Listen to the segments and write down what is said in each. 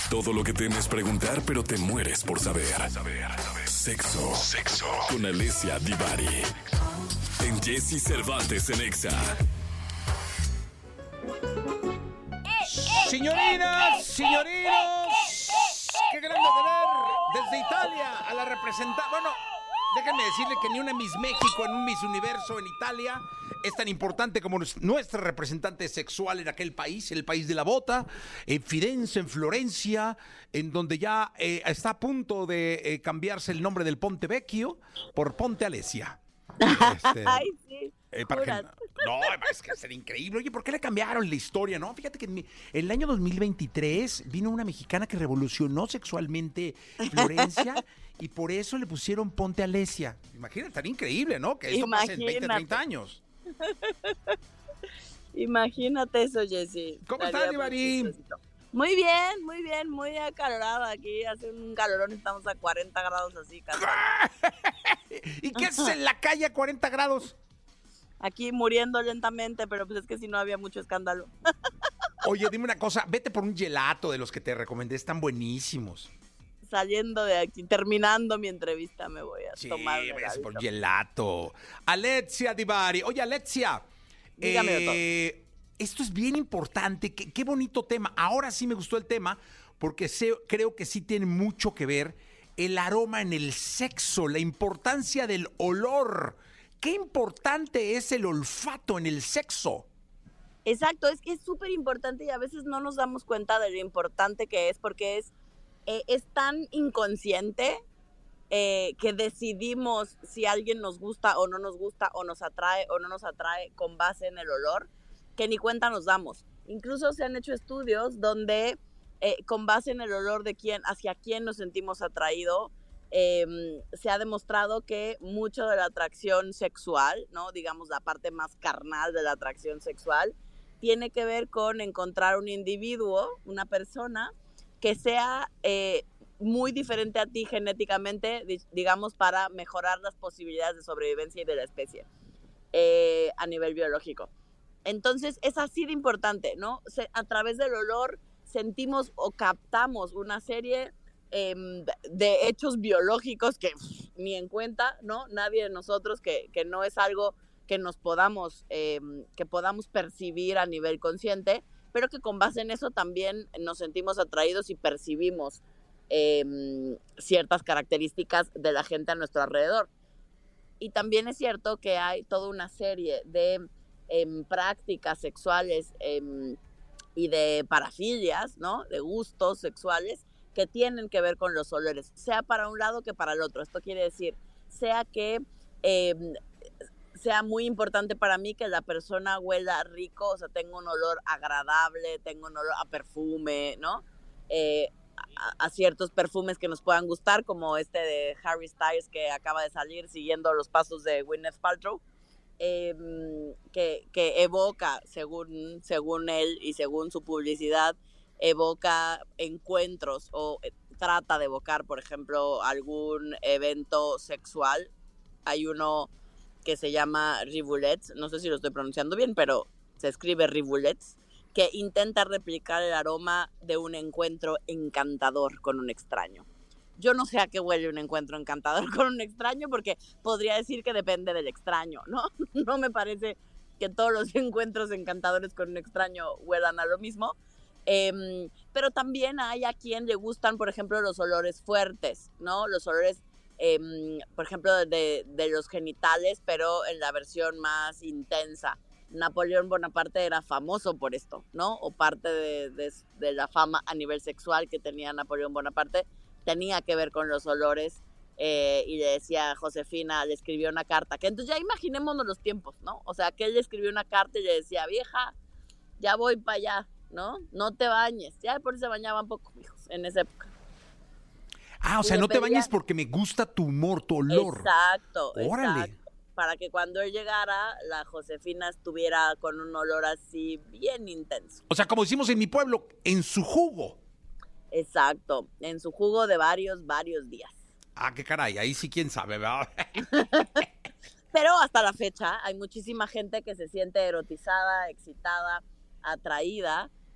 Todo lo que temes preguntar, pero te mueres por saber. Sexo con Alessia Divari. En Jesse Cervantes en Exa. Señorinas, qué grande tener desde Italia a la representante. Bueno, déjenme decirle que ni una Miss México en un Miss Universo en Italia es tan importante como nuestra representante sexual en aquel país, el país de la bota, en Firenze, en Florencia, en donde ya está a punto de cambiarse el nombre del Ponte Vecchio por Ponte Alessia. Ay, sí. No, es que sería increíble. Oye, ¿por qué le cambiaron la historia, no? Fíjate que en el año 2023 vino una mexicana que revolucionó sexualmente Florencia y por eso le pusieron Ponte Alessia. Imagínate, estaría increíble, ¿no? Que esto pase en 20, 30 años. Imagínate eso, Jessy. ¿Cómo estás, Divari? Muy bien, muy acalorada aquí. Hace un calorón, estamos a 40 grados así. ¿Y qué haces en la calle a 40 grados? Aquí muriendo lentamente, pero pues es que si no había mucho escándalo. Oye, dime una cosa, vete por un gelato de los que te recomendé, están buenísimos. Saliendo de aquí, terminando mi entrevista, me voy a tomar un heladito. Por gelato. Alessia Divari. Oye, Alessia. Dígame, doctor. Esto es bien importante. Qué bonito tema. Ahora sí me gustó el tema porque creo que sí tiene mucho que ver el aroma en el sexo, la importancia del olor. ¿Qué importante es el olfato en el sexo? Exacto, es que es súper importante y a veces no nos damos cuenta de lo importante que es porque es tan inconsciente que decidimos si alguien nos gusta o no nos gusta o nos atrae o no nos atrae con base en el olor, que ni cuenta nos damos. Incluso se han hecho estudios donde con base en el olor de hacia quién nos sentimos atraídos, se ha demostrado que mucho de la atracción sexual, ¿no? Digamos la parte más carnal de la atracción sexual, tiene que ver con encontrar un individuo, una persona que sea muy diferente a ti genéticamente, digamos, para mejorar las posibilidades de sobrevivencia y de la especie a nivel biológico. Entonces es así de importante, ¿no? A través del olor sentimos o captamos una serie de hechos biológicos que ni en cuenta, ¿no? Nadie de nosotros, que no es algo que nos podamos percibir a nivel consciente, pero que con base en eso también nos sentimos atraídos y percibimos ciertas características de la gente a nuestro alrededor. Y también es cierto que hay toda una serie de prácticas sexuales y de parafilias, ¿no? De gustos sexuales que tienen que ver con los olores, sea para un lado que para el otro. Esto quiere decir, sea que sea muy importante para mí que la persona huela rico, o sea, tenga un olor agradable, tenga un olor a perfume, ¿no? A ciertos perfumes que nos puedan gustar, como este de Harry Styles que acaba de salir siguiendo los pasos de Gwyneth Paltrow, que evoca, según él y según su publicidad, evoca encuentros o trata de evocar, por ejemplo, algún evento sexual. Hay uno que se llama Rivulets, no sé si lo estoy pronunciando bien, pero se escribe Rivulets, que intenta replicar el aroma de un encuentro encantador con un extraño. Yo no sé a qué huele un encuentro encantador con un extraño, porque podría decir que depende del extraño, ¿no? No me parece que todos los encuentros encantadores con un extraño huelan a lo mismo. Pero también hay a quien le gustan, por ejemplo, los olores fuertes, ¿no? Los olores, por ejemplo, de los genitales, pero en la versión más intensa. Napoleón Bonaparte era famoso por esto, ¿no? O parte de la fama a nivel sexual que tenía Napoleón Bonaparte tenía que ver con los olores, y le decía a Josefina, le escribió una carta, que entonces ya imaginémonos los tiempos, ¿no? O sea, que él le escribió una carta y le decía, vieja, ya voy para allá, ¿no? No te bañes. Ya por eso se bañaban poco, hijos, en esa época. Ah, o sea, no te bañes porque me gusta tu humor, tu olor. Exacto, ¡Órale! Exacto. Para que cuando él llegara, la Josefina estuviera con un olor así bien intenso. O sea, como decimos en mi pueblo, en su jugo. Exacto, en su jugo de varios días. Ah, qué caray, ahí sí quién sabe, ¿verdad? Pero hasta la fecha hay muchísima gente que se siente erotizada, excitada, atraída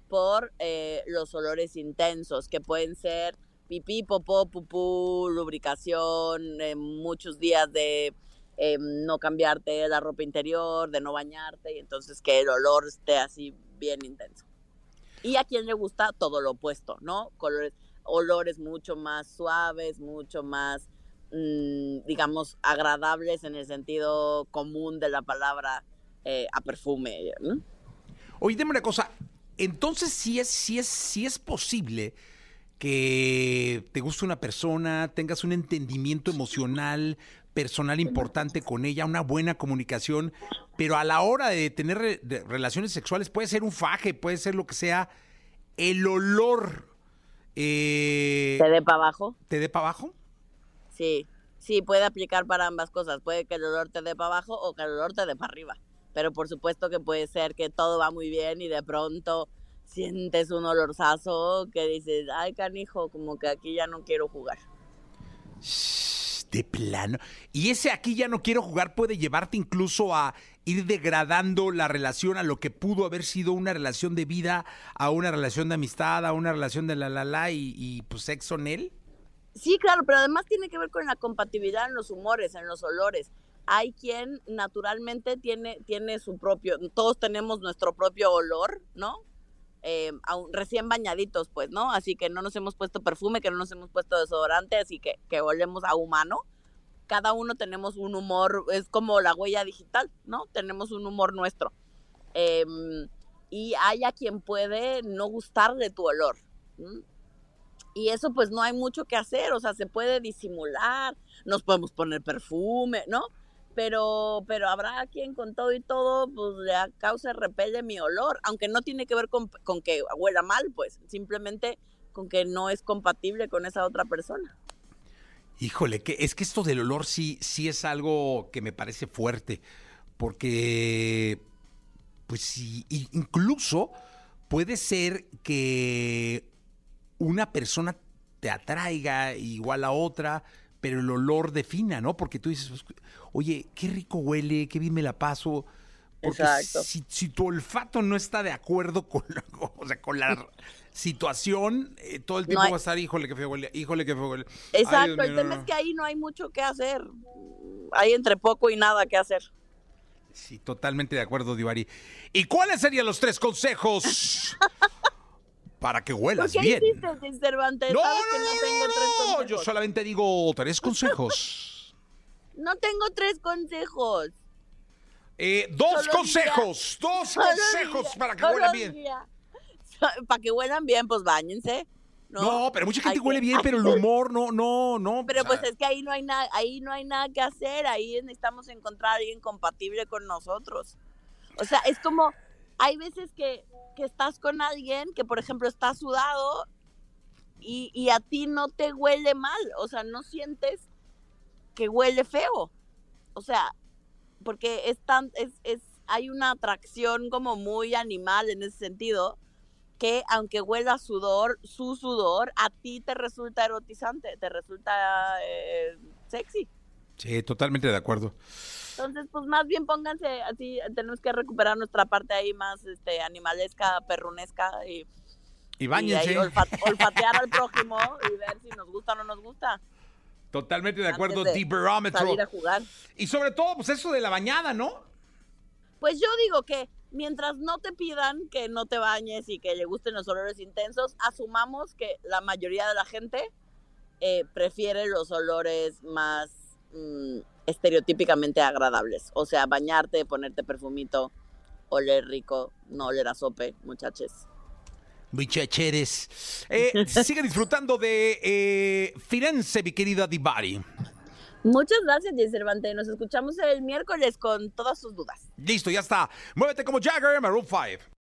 por los olores intensos, que pueden ser pipí, popó, pupú, lubricación, muchos días de no cambiarte la ropa interior, de no bañarte, y entonces que el olor esté así bien intenso. Y a quien le gusta todo lo opuesto, ¿no? Olores mucho más suaves, mucho más, digamos, agradables en el sentido común de la palabra a perfume, ¿no? Oye, dime una cosa. Entonces, sí es posible que te guste una persona, tengas un entendimiento emocional, personal importante con ella, una buena comunicación, pero a la hora de tener relaciones sexuales, puede ser un faje, puede ser lo que sea, el olor... ¿Te dé para abajo? ¿Te dé para abajo? Sí, puede aplicar para ambas cosas. Puede que el olor te dé para abajo o que el olor te dé para arriba. Pero por supuesto que puede ser que todo va muy bien y de pronto sientes un olorzazo que dices, ay, canijo, como que aquí ya no quiero jugar. De plano. Y ese aquí ya no quiero jugar puede llevarte incluso a ir degradando la relación a lo que pudo haber sido una relación de vida, a una relación de amistad, a una relación de y pues sexo en él. Sí, claro, pero además tiene que ver con la compatibilidad en los humores, en los olores. Hay quien naturalmente tiene su propio, todos tenemos nuestro propio olor, ¿no? Recién bañaditos, pues, ¿no? Así que no nos hemos puesto perfume, que no nos hemos puesto desodorante, así que olemos a humano. Cada uno tenemos un humor, es como la huella digital, ¿no? Tenemos un humor nuestro. Y hay a quien puede no gustarle tu olor. Y eso pues no hay mucho que hacer, o sea, se puede disimular, nos podemos poner perfume, ¿no? Pero habrá quien con todo y todo, pues le causa repele mi olor, aunque no tiene que ver con que huela mal, pues, simplemente con que no es compatible con esa otra persona. Híjole, es que esto del olor sí es algo que me parece fuerte, porque, pues sí, incluso puede ser que una persona te atraiga igual a otra, pero el olor defina, ¿no? Porque tú dices, oye, qué rico huele, qué bien me la paso. Porque si tu olfato no está de acuerdo con la situación, todo el tiempo va a estar, híjole, qué feo huele, híjole, qué feo huele. Exacto, ay, el tema es que ahí no hay mucho que hacer. Hay entre poco y nada que hacer. Sí, totalmente de acuerdo, Divari. ¿Y cuáles serían los 3 consejos para que huelas bien? ¿Qué hiciste, Cervantes? No, tengo 3 consejos. Yo solamente digo 3 consejos. No tengo 3 consejos. 2 consejos. 2 consejos para que huelan bien. Para que huelan bien, pues báñense. No, pero mucha gente huele bien, pero el humor no. Pero pues es que ahí no hay nada que hacer. Ahí necesitamos encontrar a alguien compatible con nosotros. O sea, es como, hay veces que estás con alguien que, por ejemplo, está sudado y a ti no te huele mal. O sea, no sientes que huele feo. O sea, porque hay una atracción como muy animal en ese sentido, que aunque huela sudor, su sudor, a ti te resulta erotizante, te resulta sexy. Sí, totalmente de acuerdo. Entonces, pues más bien pónganse así, tenemos que recuperar nuestra parte ahí más animalesca, perrunesca y báñense. Y ahí olfatear al prójimo y ver si nos gusta o no nos gusta. Totalmente de acuerdo, T-Barómetro. Salir a jugar. Y sobre todo, pues eso de la bañada, ¿no? Pues yo digo que mientras no te pidan que no te bañes y que le gusten los olores intensos, asumamos que la mayoría de la gente prefiere los olores más estereotípicamente agradables. O sea, bañarte, ponerte perfumito, oler rico, no oler a sope, muchachos. Muchacheres. Sigue disfrutando de Firenze, mi querida Divari. Muchas gracias, Jay Cervantes. Nos escuchamos el miércoles con todas sus dudas. Listo, ya está. Muévete como Jagger, Maroon 5.